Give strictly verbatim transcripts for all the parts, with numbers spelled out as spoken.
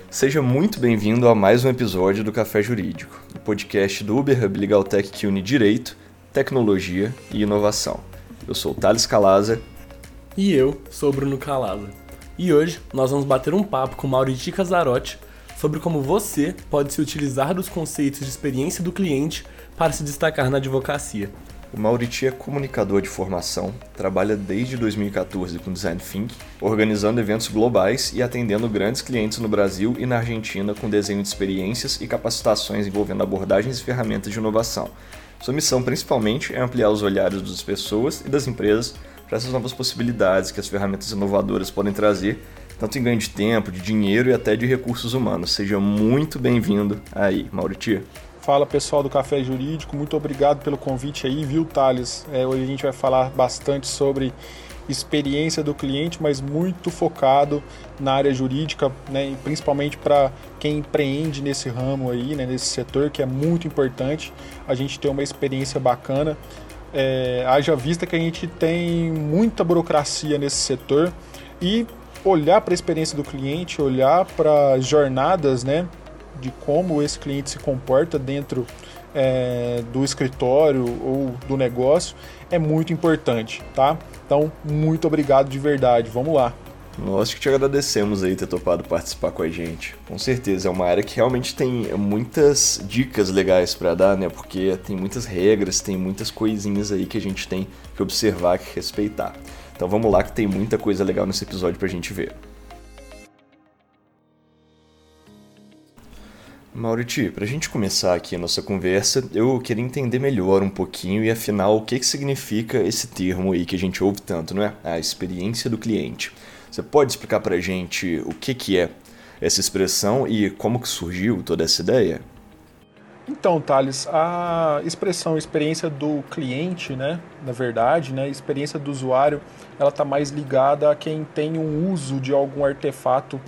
Seja muito bem-vindo a mais um episódio do Café Jurídico, o podcast do UberHub Legaltech que une direito, tecnologia e inovação. Eu sou o Thales Calaza. E eu sou o Bruno Calaza. E hoje nós vamos bater um papo com Mauriti Casarotti sobre como você pode se utilizar dos conceitos de experiência do cliente para se destacar na advocacia. O Mauriti é comunicador de formação, trabalha desde dois mil e catorze com Design Thinking, organizando eventos globais e atendendo grandes clientes no Brasil e na Argentina com desenho de experiências e capacitações envolvendo abordagens e ferramentas de inovação. Sua missão principalmente é ampliar os olhares das pessoas e das empresas para essas novas possibilidades que as ferramentas inovadoras podem trazer, tanto em ganho de tempo, de dinheiro e até de recursos humanos. Seja muito bem-vindo aí, Mauriti. Fala pessoal do Café Jurídico, muito obrigado pelo convite aí, viu, Thales? É, hoje a gente vai falar bastante sobre experiência do cliente, mas muito focado na área jurídica, né, e principalmente para quem empreende nesse ramo aí, né, nesse setor, que é muito importante a gente ter uma experiência bacana. É, haja vista que a gente tem muita burocracia nesse setor e olhar para a experiência do cliente, olhar para as jornadas, né, de como esse cliente se comporta dentro é, do escritório ou do negócio é muito importante, tá? Então, muito obrigado de verdade. Vamos lá. Nós que te agradecemos aí ter topado participar com a gente. Com certeza, é uma área que realmente tem muitas dicas legais para dar, né? Porque tem muitas regras, tem muitas coisinhas aí que a gente tem que observar, que respeitar. Então vamos lá que tem muita coisa legal nesse episódio pra gente ver. Mauriti, para a gente começar aqui a nossa conversa, eu queria entender melhor um pouquinho e afinal o que, que significa esse termo aí que a gente ouve tanto, não é? A experiência do cliente. Você pode explicar para a gente o que, que é essa expressão e como que surgiu toda essa ideia? Então, Thales, a expressão experiência do cliente, né, na verdade, né, experiência do usuário, ela está mais ligada a quem tem um uso de algum artefato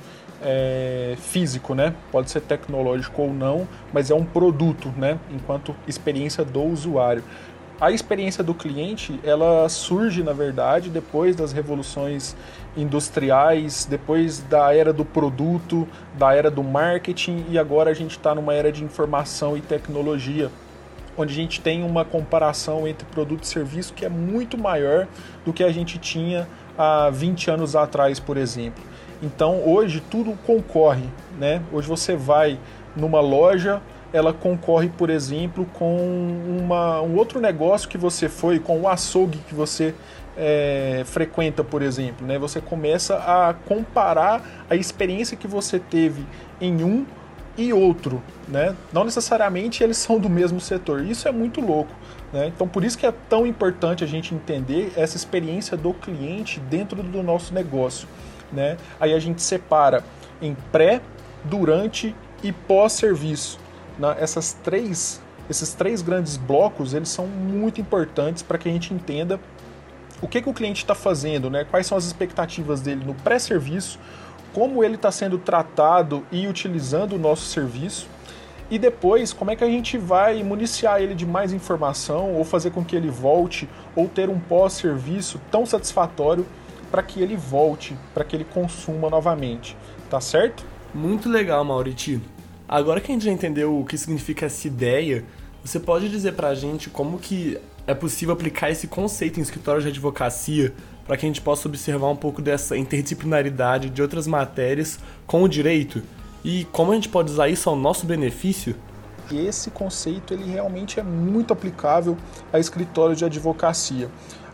É, físico, né? Pode ser tecnológico ou não, mas é um produto, né? Enquanto experiência do usuário. A experiência do cliente, ela surge, na verdade, depois das revoluções industriais, depois da era do produto, da era do marketing, e agora a gente está numa era de informação e tecnologia, onde a gente tem uma comparação entre produto e serviço que é muito maior do que a gente tinha há vinte anos atrás, por exemplo. Então, hoje tudo concorre, né? Hoje você vai numa loja, ela concorre, por exemplo, com uma, um outro negócio que você foi, com o açougue que você é, frequenta, por exemplo, né? Você começa a comparar a experiência que você teve em um e outro, né? Não necessariamente eles são do mesmo setor. Isso é muito louco, né? Então, por isso que é tão importante a gente entender essa experiência do cliente dentro do nosso negócio, né? Aí a gente separa em pré, durante e pós-serviço. Né? Essas três, esses três grandes blocos, eles são muito importantes para que a gente entenda o que, que o cliente está fazendo, né? Quais são as expectativas dele no pré-serviço, como ele está sendo tratado e utilizando o nosso serviço, e depois como é que a gente vai municiar ele de mais informação ou fazer com que ele volte ou ter um pós-serviço tão satisfatório para que ele volte, para que ele consuma novamente, tá certo? Muito legal, Mauriti. Agora que a gente já entendeu o que significa essa ideia, você pode dizer pra gente como que é possível aplicar esse conceito em escritórios de advocacia para que a gente possa observar um pouco dessa interdisciplinaridade de outras matérias com o direito? E como a gente pode usar isso ao nosso benefício? E esse conceito ele realmente é muito aplicável a escritórios de advocacia.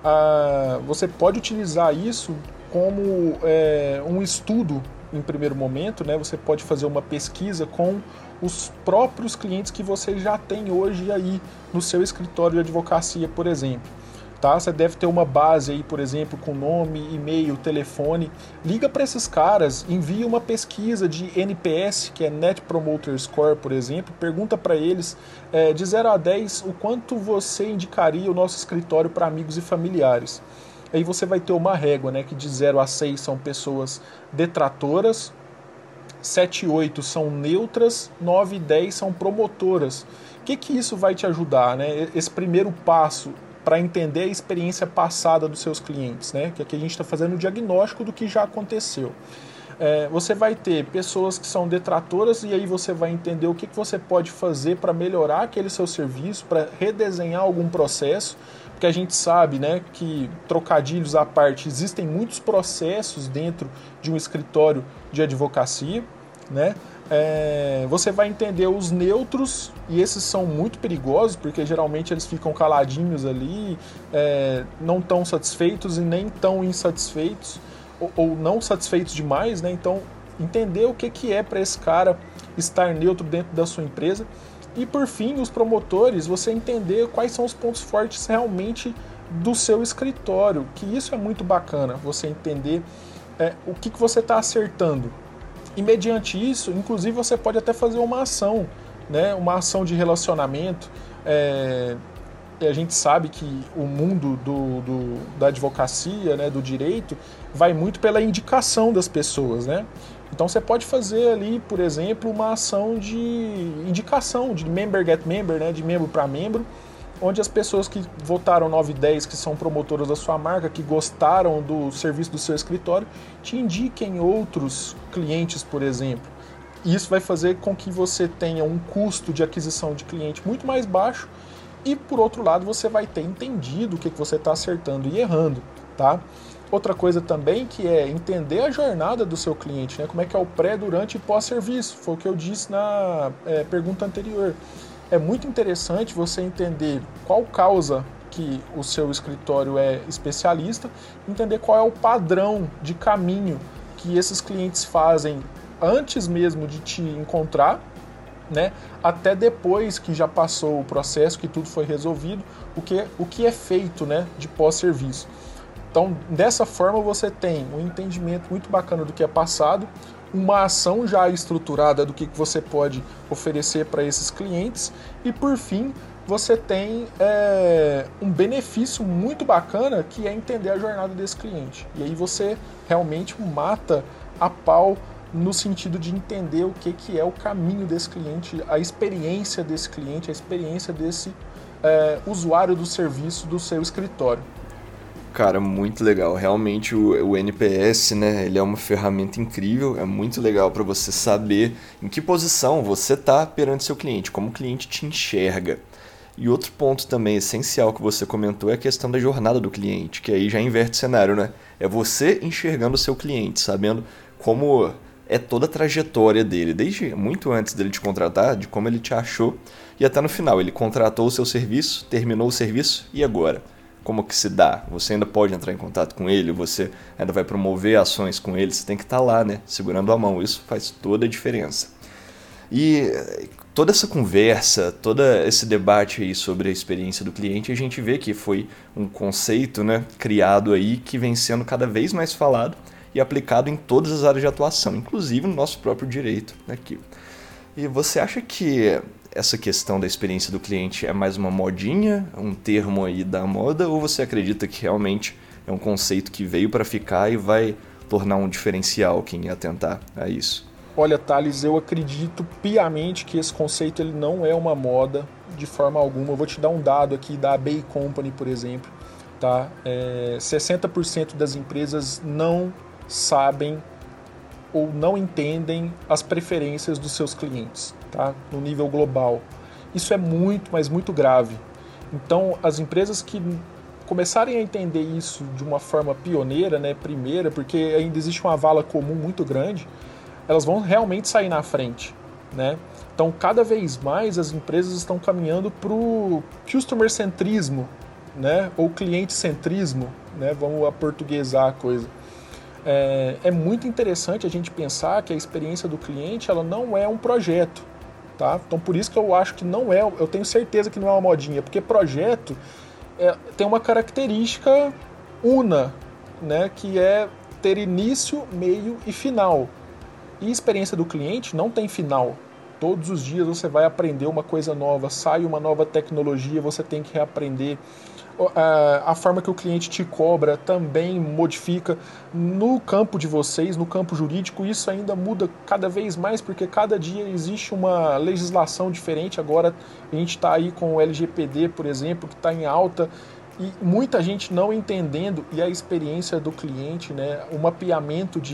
Ah, você pode utilizar isso como é, um estudo em primeiro momento, né? Você pode fazer uma pesquisa com os próprios clientes que você já tem hoje aí no seu escritório de advocacia, por exemplo. Tá? Você deve ter uma base aí, por exemplo, com nome, e-mail, telefone. Liga para esses caras, envia uma pesquisa de N P S, que é Net Promoter Score, por exemplo. Pergunta para eles, é, de zero a dez, o quanto você indicaria o nosso escritório para amigos e familiares. Aí você vai ter uma régua, né, que de zero a seis são pessoas detratoras, sete e oito são neutras, nove e dez são promotoras. O que, que isso vai te ajudar, né? Esse primeiro passo para entender a experiência passada dos seus clientes, né? Que aqui a gente está fazendo o diagnóstico do que já aconteceu. É, você vai ter pessoas que são detratoras e aí você vai entender o que, que você pode fazer para melhorar aquele seu serviço, para redesenhar algum processo, porque a gente sabe, né, que, trocadilhos à parte, existem muitos processos dentro de um escritório de advocacia, né? É, você vai entender os neutros, e esses são muito perigosos, porque geralmente eles ficam caladinhos ali, é, não tão satisfeitos e nem tão insatisfeitos, ou, ou não satisfeitos demais, né? Então, entender o que, que é para esse cara estar neutro dentro da sua empresa. E, por fim, os promotores, você entender quais são os pontos fortes realmente do seu escritório, que isso é muito bacana, você entender é, o que, que você está acertando. E mediante isso, inclusive, você pode até fazer uma ação, né? Uma ação de relacionamento. É, e a gente sabe que o mundo do, do, da advocacia, né, do direito, vai muito pela indicação das pessoas, né? Então você pode fazer ali, por exemplo, uma ação de indicação, de member get member, né, de membro para membro, onde as pessoas que votaram nove e dez, que são promotoras da sua marca, que gostaram do serviço do seu escritório, te indiquem outros clientes, por exemplo. Isso vai fazer com que você tenha um custo de aquisição de cliente muito mais baixo e, por outro lado, você vai ter entendido o que você está acertando e errando, tá? Outra coisa também que é entender a jornada do seu cliente, né? Como é que é o pré, durante e pós-serviço. Foi o que eu disse na é, pergunta anterior. É muito interessante você entender qual causa que o seu escritório é especialista, entender qual é o padrão de caminho que esses clientes fazem antes mesmo de te encontrar, né, até depois que já passou o processo, que tudo foi resolvido, o que, o que é feito, né, de pós-serviço. Então, dessa forma, você tem um entendimento muito bacana do que é passado, uma ação já estruturada do que você pode oferecer para esses clientes e, por fim, você tem é, um benefício muito bacana, que é entender a jornada desse cliente. E aí você realmente mata a pau no sentido de entender o que, que é o caminho desse cliente, a experiência desse cliente, a experiência desse é, usuário do serviço do seu escritório. Cara, muito legal. Realmente o, o N P S, né, ele é uma ferramenta incrível, é muito legal para você saber em que posição você está perante seu cliente, como o cliente te enxerga. E outro ponto também essencial que você comentou é a questão da jornada do cliente, que aí já inverte o cenário, né? É você enxergando o seu cliente, sabendo como é toda a trajetória dele, desde muito antes dele te contratar, de como ele te achou, e até no final, ele contratou o seu serviço, terminou o serviço, e agora? Como que se dá? Você ainda pode entrar em contato com ele, você ainda vai promover ações com ele, você tem que estar lá, né, segurando a mão, isso faz toda a diferença. E toda essa conversa, todo esse debate aí sobre a experiência do cliente, a gente vê que foi um conceito, né, criado aí, que vem sendo cada vez mais falado e aplicado em todas as áreas de atuação, inclusive no nosso próprio direito aqui. E você acha que essa questão da experiência do cliente é mais uma modinha, um termo aí da moda, ou você acredita que realmente é um conceito que veio para ficar e vai tornar um diferencial quem atentar a isso? Olha, Thales, eu acredito piamente que esse conceito ele não é uma moda de forma alguma. Eu vou te dar um dado aqui da A B Company, por exemplo. Tá? É, sessenta por cento das empresas não sabem ou não entendem as preferências dos seus clientes, tá? No nível global. Isso é muito, mas muito grave. Então, as empresas que começarem a entender isso de uma forma pioneira, né, primeira, porque ainda existe uma vala comum muito grande, elas vão realmente sair na frente, né? Então, cada vez mais as empresas estão caminhando para o customer centrismo, né, ou cliente centrismo, né? Vamos aportuguesar a coisa. É, é muito interessante a gente pensar que a experiência do cliente ela não é um projeto, tá? Então por isso que eu acho que não é, eu tenho certeza que não é uma modinha, porque projeto é, tem uma característica una, né, que é ter início, meio e final. E experiência do cliente não tem final. Todos os dias você vai aprender uma coisa nova, sai uma nova tecnologia, você tem que reaprender. A forma que o cliente te cobra também modifica. No campo de vocês, no campo jurídico, isso ainda muda cada vez mais, porque cada dia existe uma legislação diferente. Agora a gente está aí com o L G P D, por exemplo, que está em alta, e muita gente não entendendo, e a experiência do cliente, né, o mapeamento disso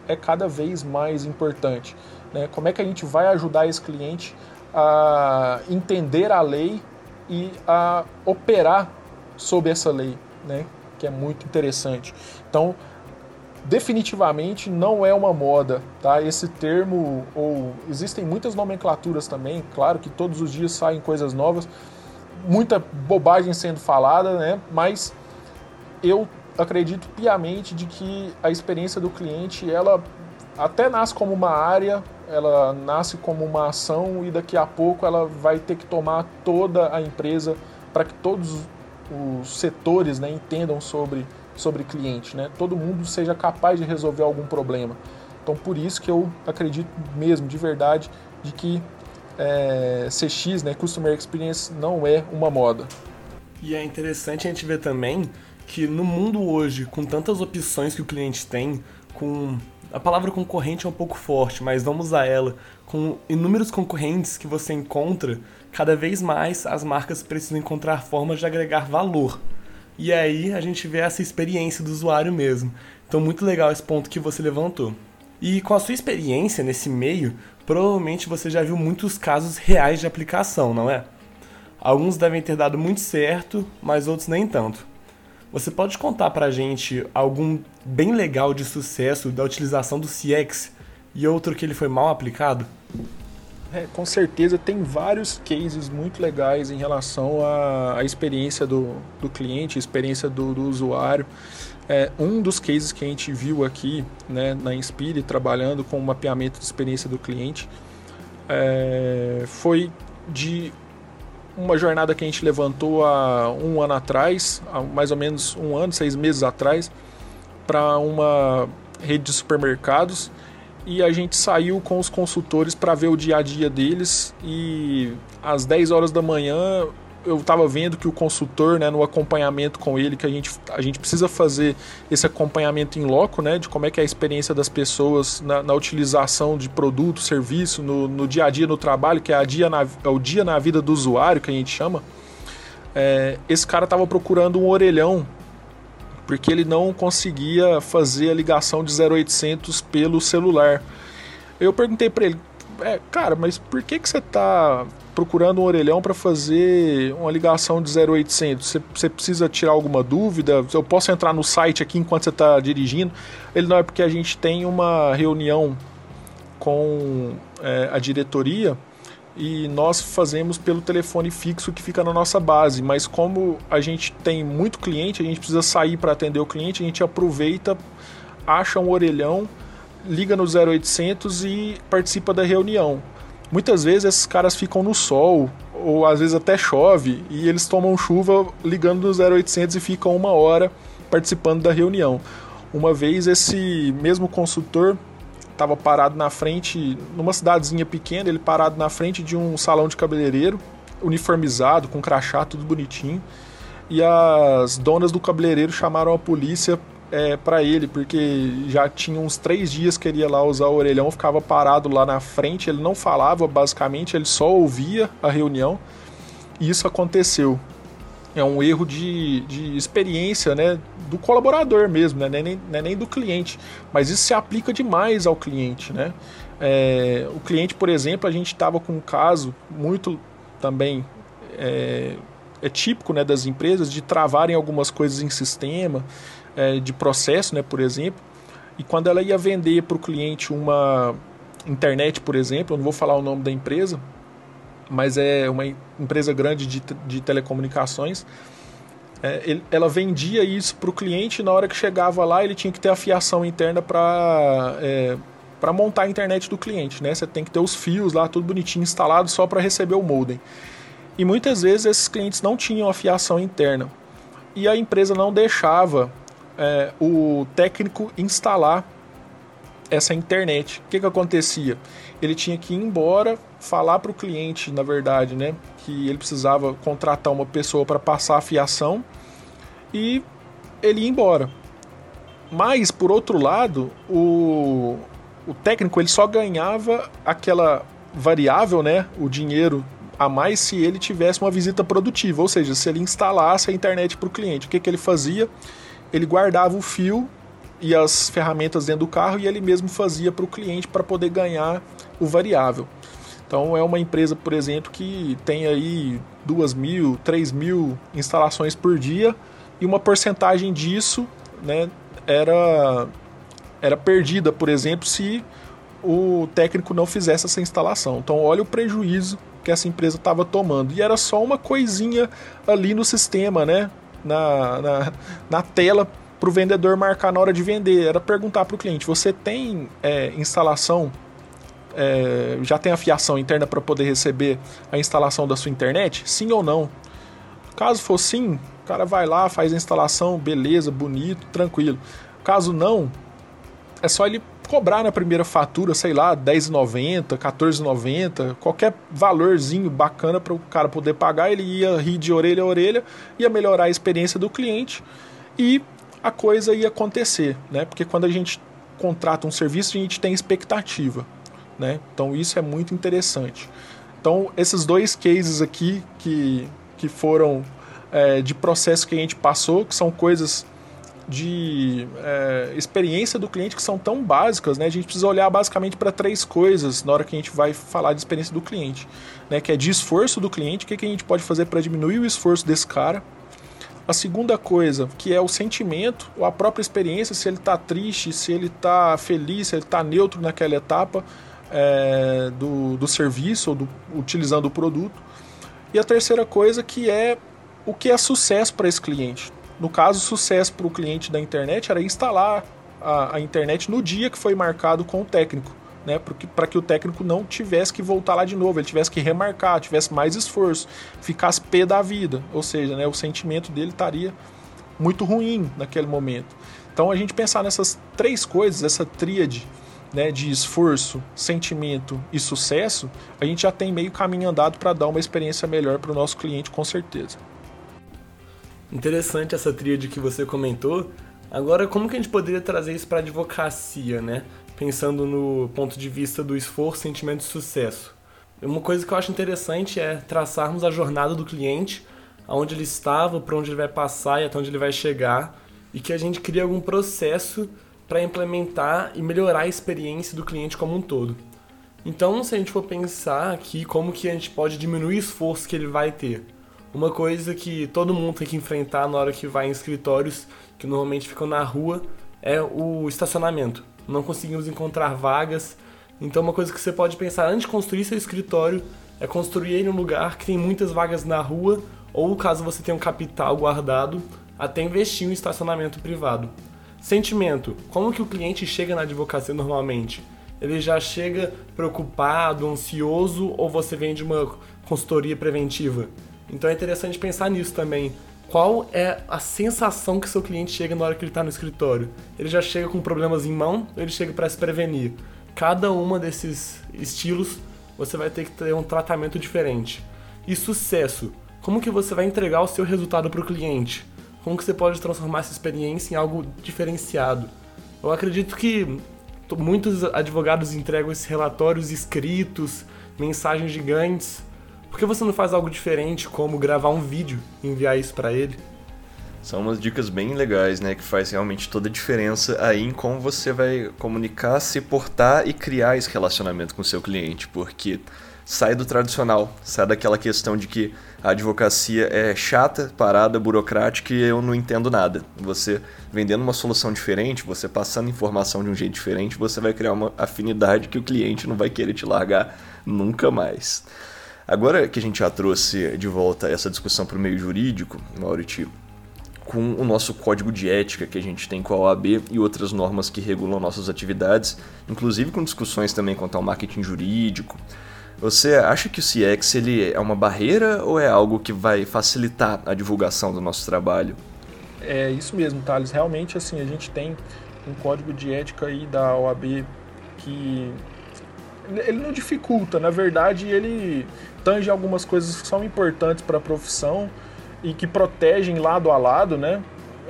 é cada vez mais importante, né? Como é que a gente vai ajudar esse cliente a entender a lei e a operar sob essa lei, né? Que é muito interessante. Então, definitivamente não é uma moda, tá? Esse termo, ou existem muitas nomenclaturas também, claro que todos os dias saem coisas novas, muita bobagem sendo falada, né? Mas eu acredito piamente de que a experiência do cliente, ela até nasce como uma área, ela nasce como uma ação e daqui a pouco ela vai ter que tomar toda a empresa para que todos os setores, né, entendam sobre, sobre cliente, né? Todo mundo seja capaz de resolver algum problema. Então por isso que eu acredito mesmo, de verdade, de que é, C X, né, Customer Experience, não é uma moda. E é interessante a gente ver também que no mundo hoje, com tantas opções que o cliente tem, com a palavra concorrente é um pouco forte, mas vamos usar ela, com inúmeros concorrentes que você encontra, cada vez mais as marcas precisam encontrar formas de agregar valor. E aí a gente vê essa experiência do usuário mesmo. Então muito legal esse ponto que você levantou. E com a sua experiência nesse meio, provavelmente você já viu muitos casos reais de aplicação, não é? Alguns devem ter dado muito certo, mas outros nem tanto. Você pode contar pra gente algum bem legal de sucesso da utilização do C X e outro que ele foi mal aplicado? É, com certeza tem vários cases muito legais em relação à, à experiência do, do cliente, a experiência do, do usuário. É, um dos cases que a gente viu aqui, né, na Inspire, trabalhando com o mapeamento de experiência do cliente, é, foi de uma jornada que a gente levantou há um ano atrás, há mais ou menos um ano, seis meses atrás, para uma rede de supermercados, e a gente saiu com os consultores para ver o dia a dia deles, e às dez horas da manhã eu estava vendo que o consultor, né, no acompanhamento com ele, que a gente, a gente precisa fazer esse acompanhamento em loco, né, de como é que é a experiência das pessoas na, na utilização de produto, serviço, no, no dia a dia no trabalho, que é, a dia na, é o dia na vida do usuário, que a gente chama. É, esse cara estava procurando um orelhão, porque ele não conseguia fazer a ligação de zero oitocentos pelo celular. Eu perguntei para ele, é, cara, mas por que, que você está procurando um orelhão para fazer uma ligação de zero oitocentos? Você, você precisa tirar alguma dúvida? Eu posso entrar no site aqui enquanto você está dirigindo? Ele, não, é porque a gente tem uma reunião com é, a diretoria e nós fazemos pelo telefone fixo que fica na nossa base, mas como a gente tem muito cliente, a gente precisa sair para atender o cliente, a gente aproveita, acha um orelhão, liga no zero oitocentos e participa da reunião. Muitas vezes esses caras ficam no sol, ou às vezes até chove, e eles tomam chuva ligando no zero oitocentos e ficam uma hora participando da reunião. Uma vez esse mesmo consultor estava parado na frente, numa cidadezinha pequena, ele parado na frente de um salão de cabeleireiro, uniformizado, com crachá, tudo bonitinho, e as donas do cabeleireiro chamaram a polícia É, para ele, porque já tinha uns três dias que ele ia lá usar o orelhão, ficava parado lá na frente, ele não falava basicamente, ele só ouvia a reunião, e isso aconteceu. É um erro de, de experiência, né, do colaborador mesmo, né, nem, nem, nem do cliente, mas isso se aplica demais ao cliente, né? É, o cliente, por exemplo, a gente estava com um caso muito também é, é típico, né, das empresas de travarem algumas coisas em sistema, É, de processo, né, por exemplo, e quando ela ia vender para o cliente uma internet, por exemplo, eu não vou falar o nome da empresa, mas é uma empresa grande de, de telecomunicações, é, ele, ela vendia isso para o cliente, e na hora que chegava lá ele tinha que ter a fiação interna para é, para montar a internet do cliente, né? Você tem que ter os fios lá, tudo bonitinho instalado só para receber o modem. E muitas vezes esses clientes não tinham a fiação interna, e a empresa não deixava É, o técnico instalar essa internet. O que que acontecia? Ele tinha que ir embora, falar para o cliente, na verdade, né, que ele precisava contratar uma pessoa para passar a fiação, e ele ia embora. Mas, por outro lado, o, o técnico ele só ganhava aquela variável, né, o dinheiro a mais, se ele tivesse uma visita produtiva, ou seja, se ele instalasse a internet para o cliente. O que que ele fazia? Ele guardava o fio e as ferramentas dentro do carro e ele mesmo fazia para o cliente para poder ganhar o variável. Então é uma empresa, por exemplo, que tem aí duas mil, três mil instalações por dia e uma porcentagem disso, né, era, era perdida, por exemplo, se o técnico não fizesse essa instalação. Então olha o prejuízo que essa empresa estava tomando. E era só uma coisinha ali no sistema, né, na, na, na tela para o vendedor marcar na hora de vender. Era perguntar para o cliente, você tem é, instalação, é, já tem a fiação interna para poder receber a instalação da sua internet? Sim ou não? Caso for sim, o cara vai lá, faz a instalação, beleza, bonito, tranquilo. Caso não, é só ele cobrar na primeira fatura, sei lá, dez reais e noventa centavos, quatorze reais e noventa centavos, qualquer valorzinho bacana para o cara poder pagar, ele ia rir de orelha a orelha, ia melhorar a experiência do cliente e a coisa ia acontecer, né? Porque quando a gente contrata um serviço, a gente tem expectativa, né? Então isso é muito interessante. Então esses dois cases aqui que, que foram é, de processo que a gente passou, que são coisas de é, experiência do cliente que são tão básicas, né? A gente precisa olhar basicamente para três coisas na hora que a gente vai falar de experiência do cliente, né? Que é de esforço do cliente, o que, que a gente pode fazer para diminuir o esforço desse cara. A segunda coisa, que é o sentimento, ou a própria experiência, se ele está triste, se ele está feliz, se ele está neutro naquela etapa é, do, do serviço ou do, utilizando o produto. E a terceira coisa, que é o que é sucesso para esse cliente. No caso, sucesso para o cliente da internet era instalar a, a internet no dia que foi marcado com o técnico, né? Para que o técnico não tivesse que voltar lá de novo, ele tivesse que remarcar, tivesse mais esforço, ficasse pé da vida, ou seja, né, o sentimento dele estaria muito ruim naquele momento. Então a gente pensar nessas três coisas, essa tríade, né, de esforço, sentimento e sucesso, a gente já tem meio caminho andado para dar uma experiência melhor para o nosso cliente, com certeza. Interessante essa tríade que você comentou. Agora, como que a gente poderia trazer isso para a advocacia, né? Pensando no ponto de vista do esforço, sentimento e sucesso. Uma coisa que eu acho interessante é traçarmos a jornada do cliente, aonde ele estava, para onde ele vai passar e até onde ele vai chegar, e que a gente crie algum processo para implementar e melhorar a experiência do cliente como um todo. Então, se a gente for pensar aqui como que a gente pode diminuir o esforço que ele vai ter, uma coisa que todo mundo tem que enfrentar na hora que vai em escritórios, que normalmente ficam na rua, é o estacionamento. Não conseguimos encontrar vagas. Então uma coisa que você pode pensar antes de construir seu escritório é construir ele em um lugar que tem muitas vagas na rua, ou caso você tenha um capital guardado, até investir em um estacionamento privado. Sentimento. Como que o cliente chega na advocacia normalmente? Ele já chega preocupado, ansioso, ou você vende uma consultoria preventiva? Então é interessante pensar nisso também. Qual é a sensação que seu cliente chega na hora que ele está no escritório? Ele já chega com problemas em mão ou ele chega para se prevenir? Cada uma desses estilos você vai ter que ter um tratamento diferente. E sucesso. Como que você vai entregar o seu resultado para o cliente? Como que você pode transformar essa experiência em algo diferenciado? Eu acredito que muitos advogados entregam esses relatórios escritos, mensagens gigantes. Por que você não faz algo diferente, como gravar um vídeo e enviar isso para ele? São umas dicas bem legais, né, que faz realmente toda a diferença aí em como você vai comunicar, se portar e criar esse relacionamento com o seu cliente, porque sai do tradicional, sai daquela questão de que a advocacia é chata, parada, burocrática e eu não entendo nada. Você vendendo uma solução diferente, você passando informação de um jeito diferente, você vai criar uma afinidade que o cliente não vai querer te largar nunca mais. Agora que a gente já trouxe de volta essa discussão para o meio jurídico, Mauriti, com o nosso código de ética que a gente tem com a O A B e outras normas que regulam nossas atividades, inclusive com discussões também quanto ao marketing jurídico, você acha que o C X ele é uma barreira ou é algo que vai facilitar a divulgação do nosso trabalho? É isso mesmo, Thales. Realmente, assim, a gente tem um código de ética aí da O A B que ele não dificulta, na verdade ele tange algumas coisas que são importantes para a profissão e que protegem lado a lado, né?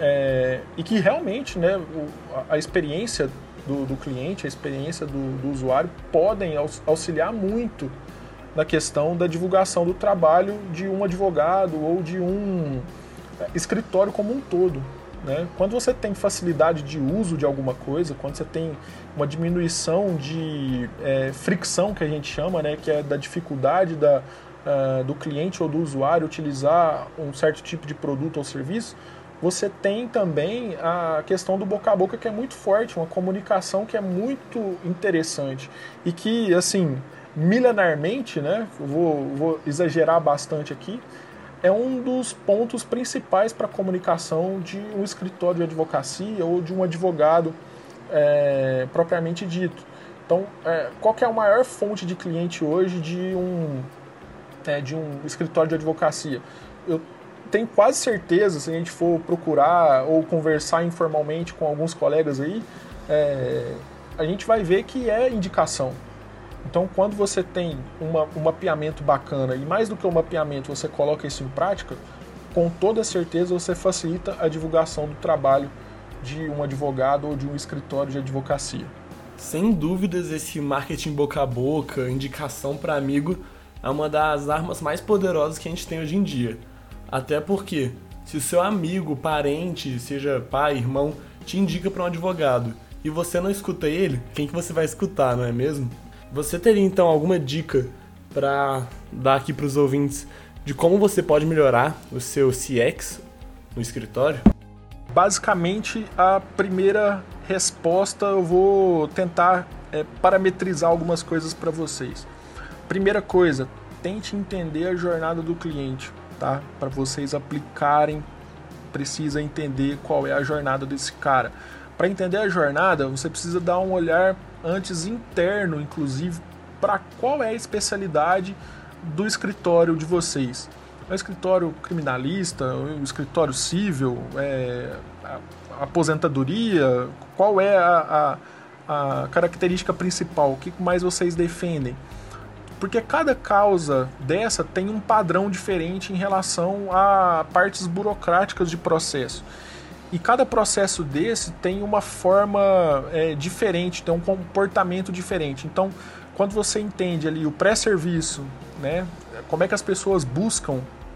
É, e que realmente, né, o, a experiência do, do cliente, a experiência do, do usuário podem auxiliar muito na questão da divulgação do trabalho de um advogado ou de um escritório como um todo, né? Quando você tem facilidade de uso de alguma coisa, quando você tem uma diminuição de é, fricção, que a gente chama, né? Que é da dificuldade da, uh, do cliente ou do usuário utilizar um certo tipo de produto ou serviço, você tem também a questão do boca a boca, que é muito forte, uma comunicação que é muito interessante e que, assim, milenarmente, né? Vou, vou exagerar bastante aqui, é um dos pontos principais para a comunicação de um escritório de advocacia ou de um advogado é, propriamente dito. Então, é, qual que é a maior fonte de cliente hoje de um, é, de um escritório de advocacia? Eu tenho quase certeza, se a gente for procurar ou conversar informalmente com alguns colegas aí, é, a gente vai ver que é indicação. Então, quando você tem uma, um mapeamento bacana, e mais do que um mapeamento, você coloca isso em prática, com toda certeza você facilita a divulgação do trabalho de um advogado ou de um escritório de advocacia. Sem dúvidas, esse marketing boca a boca, indicação para amigo, é uma das armas mais poderosas que a gente tem hoje em dia. Até porque, se o seu amigo, parente, seja pai, irmão, te indica para um advogado e você não escuta ele, quem que você vai escutar, não é mesmo? Você teria então alguma dica para dar aqui para os ouvintes de como você pode melhorar o seu C X no escritório? Basicamente, a primeira resposta eu vou tentar é, parametrizar algumas coisas para vocês. Primeira coisa, tente entender a jornada do cliente, tá? Para vocês aplicarem, precisa entender qual é a jornada desse cara. Para entender a jornada, você precisa dar um olhar antes interno, inclusive, para qual é a especialidade do escritório de vocês. É o escritório criminalista, o escritório civil, é, a, a aposentadoria, qual é a, a, a característica principal, o que mais vocês defendem? Porque cada causa dessa tem um padrão diferente em relação a partes burocráticas de processo. E cada processo desse tem uma forma é, diferente, tem um comportamento diferente. Então, quando você entende ali o pré-serviço, né, como é que as pessoas buscam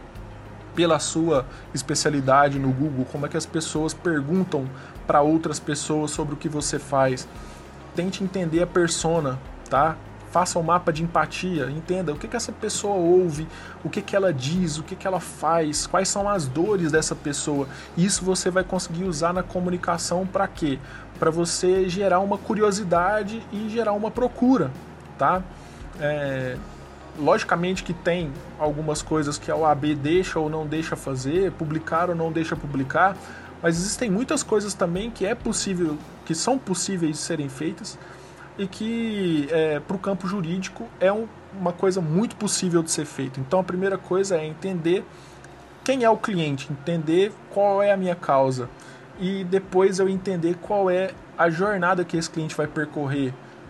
pela sua especialidade no Google, como é que as pessoas perguntam para outras pessoas sobre o que você faz, tente entender a persona, tá? Faça um mapa de empatia, entenda o que, que essa pessoa ouve, o que, que ela diz, o que, que ela faz, quais são as dores dessa pessoa. Isso você vai conseguir usar na comunicação para quê? Para você gerar uma curiosidade e gerar uma procura, tá? É, logicamente que tem algumas coisas que a O A B deixa ou não deixa fazer, publicar ou não deixa publicar, mas existem muitas coisas também que é possível, que são possíveis de serem feitas, e que é, para o campo jurídico é um, uma coisa muito possível de ser feita. Então a primeira coisa é entender quem é o cliente, entender qual é a minha causa e depois eu entender qual é a jornada que esse cliente vai percorrer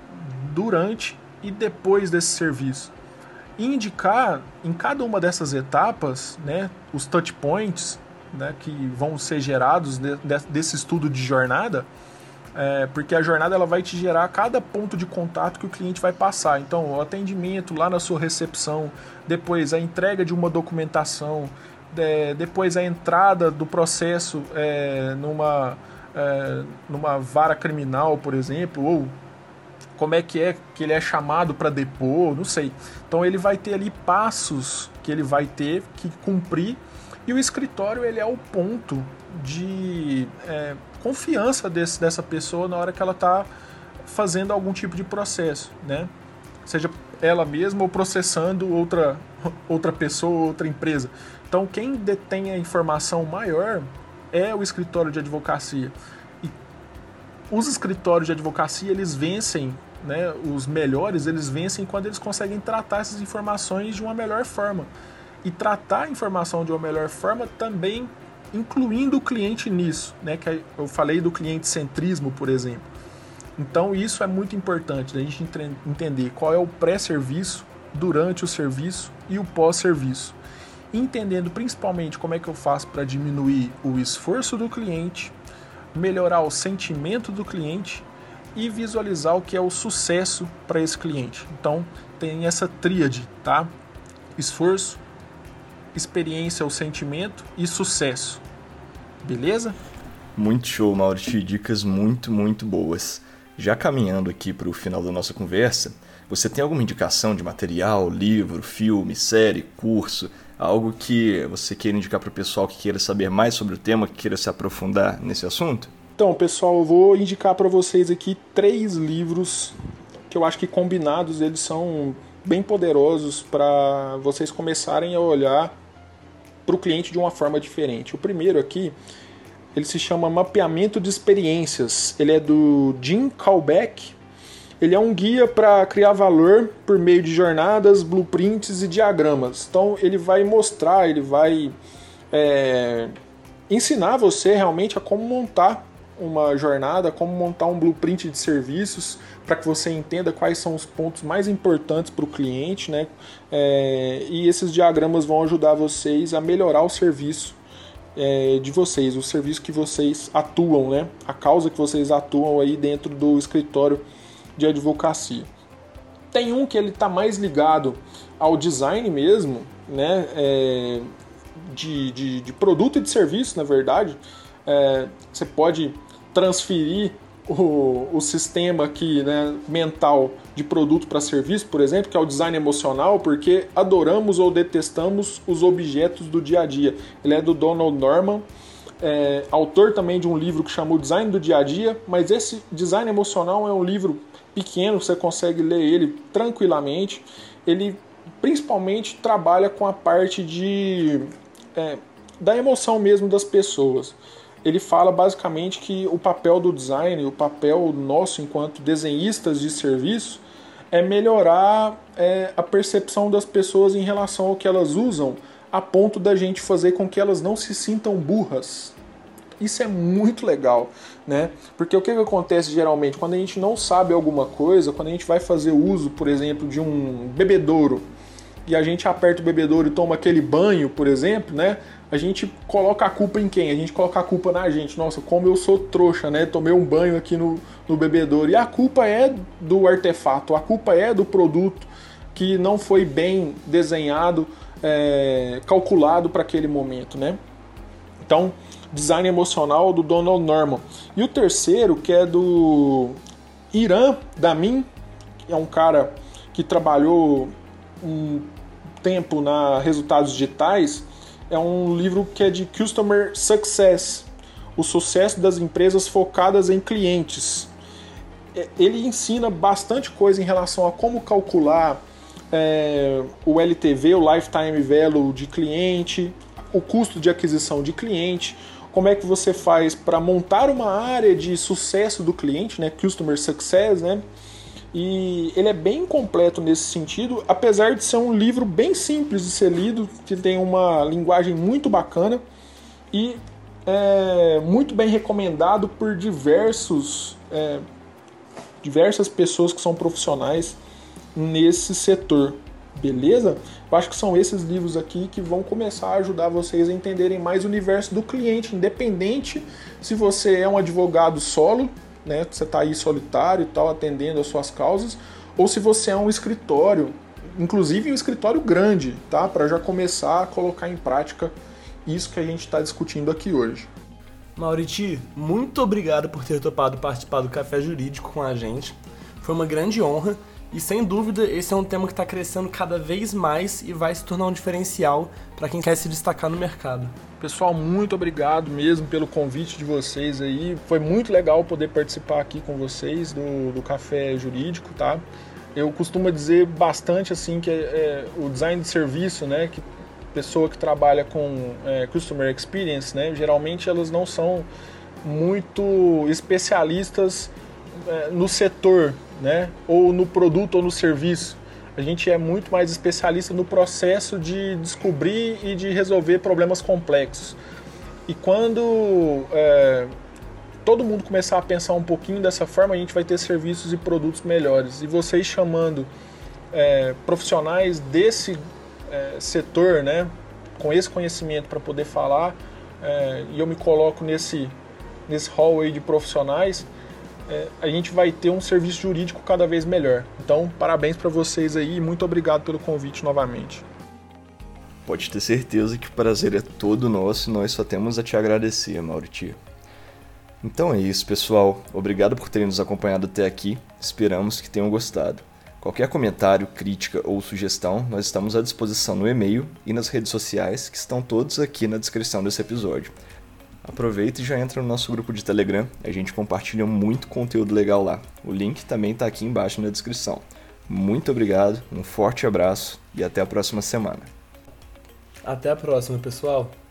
durante e depois desse serviço. E indicar em cada uma dessas etapas, né, os touch points, né, que vão ser gerados de, de, desse estudo de jornada. É, porque a jornada ela vai te gerar cada ponto de contato que o cliente vai passar. Então, o atendimento lá na sua recepção, depois a entrega de uma documentação, é, depois a entrada do processo é, numa, é, numa vara criminal, por exemplo, ou como é que é que ele é chamado para depor, não sei. Então, ele vai ter ali passos que ele vai ter que cumprir e o escritório ele é o ponto de é, confiança desse, dessa pessoa na hora que ela está fazendo algum tipo de processo, né? Seja ela mesma ou processando outra, outra pessoa, outra empresa. Então, quem detém a informação maior é o escritório de advocacia. E os escritórios de advocacia, eles vencem, né, os melhores, eles vencem quando eles conseguem tratar essas informações de uma melhor forma. E tratar a informação de uma melhor forma também incluindo o cliente nisso, né? Que eu falei do cliente centrismo, por exemplo. Então isso é muito importante, a gente entender qual é o pré-serviço, durante o serviço e o pós-serviço. Entendendo principalmente como é que eu faço para diminuir o esforço do cliente, melhorar o sentimento do cliente e visualizar o que é o sucesso para esse cliente. Então tem essa tríade, tá? Esforço, experiência ou sentimento e sucesso. Beleza? Muito show, Maurício. Dicas muito, muito boas. Já caminhando aqui para o final da nossa conversa, você tem alguma indicação de material, livro, filme, série, curso, algo que você queira indicar para o pessoal que queira saber mais sobre o tema, que queira se aprofundar nesse assunto? Então, pessoal, eu vou indicar para vocês aqui três livros que eu acho que combinados eles são bem poderosos para vocês começarem a olhar para o cliente de uma forma diferente. O primeiro aqui, ele se chama Mapeamento de Experiências. Ele é do Jim Kalbeck. Ele é um guia para criar valor por meio de jornadas, blueprints e diagramas. Então ele vai mostrar, ele vai é, ensinar você realmente a como montar uma jornada, como montar um blueprint de serviços, para que você entenda quais são os pontos mais importantes para o cliente, né? É, e esses diagramas vão ajudar vocês a melhorar o serviço é, de vocês, o serviço que vocês atuam, né? A causa que vocês atuam aí dentro do escritório de advocacia. Tem um que ele está mais ligado ao design mesmo, né? É, de, de, de produto e de serviço, na verdade. É, você pode transferir o, o sistema aqui, né, mental de produto para serviço, por exemplo, que é o design emocional, porque adoramos ou detestamos os objetos do dia a dia. Ele é do Donald Norman, é, autor também de um livro que chama o Design do Dia a Dia, mas esse design emocional é um livro pequeno, você consegue ler ele tranquilamente. Ele principalmente trabalha com a parte de, é, da emoção mesmo das pessoas. Ele fala basicamente que o papel do design, o papel nosso enquanto desenhistas de serviço, é melhorar é, a percepção das pessoas em relação ao que elas usam, a ponto da gente fazer com que elas não se sintam burras. Isso é muito legal, né? Porque o que, que acontece geralmente? Quando a gente não sabe alguma coisa, quando a gente vai fazer uso, por exemplo, de um bebedouro, e a gente aperta o bebedouro e toma aquele banho, por exemplo, né? A gente coloca a culpa em quem? A gente coloca a culpa na gente. Nossa, como eu sou trouxa, né? Tomei um banho aqui no, no bebedouro. E a culpa é do artefato, a culpa é do produto que não foi bem desenhado, é, calculado para aquele momento, né? Então, design emocional do Donald Norman. E o terceiro, que é do Iran Damin, que é um cara que trabalhou um tempo na Resultados Digitais. É um livro que é de Customer Success, o sucesso das empresas focadas em clientes. Ele ensina bastante coisa em relação a como calcular é, o L T V, o Lifetime Value de cliente, o custo de aquisição de cliente, como é que você faz para montar uma área de sucesso do cliente, né, Customer Success, né? E ele é bem completo nesse sentido, apesar de ser um livro bem simples de ser lido, que tem uma linguagem muito bacana e é muito bem recomendado por diversos, é, diversas pessoas que são profissionais nesse setor. Beleza? Eu acho que são esses livros aqui que vão começar a ajudar vocês a entenderem mais o universo do cliente, independente se você é um advogado solo, né, você está aí solitário e tal, atendendo as suas causas, ou se você é um escritório, inclusive um escritório grande, tá, para já começar a colocar em prática isso que a gente está discutindo aqui hoje. Mauriti, muito obrigado por ter topado participar do Café Jurídico com a gente. Foi uma grande honra e, sem dúvida, esse é um tema que está crescendo cada vez mais e vai se tornar um diferencial para quem quer se destacar no mercado. Pessoal, muito obrigado mesmo pelo convite de vocês aí. Foi muito legal poder participar aqui com vocês do, do Café Jurídico, tá? Eu costumo dizer bastante assim que é, é, o design de serviço, né, que pessoa que trabalha com é, Customer Experience, né, geralmente elas não são muito especialistas é, no setor, né, ou no produto ou no serviço. A gente é muito mais especialista no processo de descobrir e de resolver problemas complexos. E quando é, todo mundo começar a pensar um pouquinho dessa forma, a gente vai ter serviços e produtos melhores. E vocês chamando é, profissionais desse é, setor, né, com esse conhecimento para poder falar, é, e eu me coloco nesse, nesse hall aí de profissionais, É, a gente vai ter um serviço jurídico cada vez melhor. Então, parabéns para vocês aí e muito obrigado pelo convite novamente. Pode ter certeza que o prazer é todo nosso e nós só temos a te agradecer, Mauriti. Então é isso, pessoal. Obrigado por terem nos acompanhado até aqui. Esperamos que tenham gostado. Qualquer comentário, crítica ou sugestão, nós estamos à disposição no e-mail e nas redes sociais, que estão todos aqui na descrição desse episódio. Aproveita e já entra no nosso grupo de Telegram, a gente compartilha muito conteúdo legal lá. O link também está aqui embaixo na descrição. Muito obrigado, um forte abraço e até a próxima semana. Até a próxima, pessoal!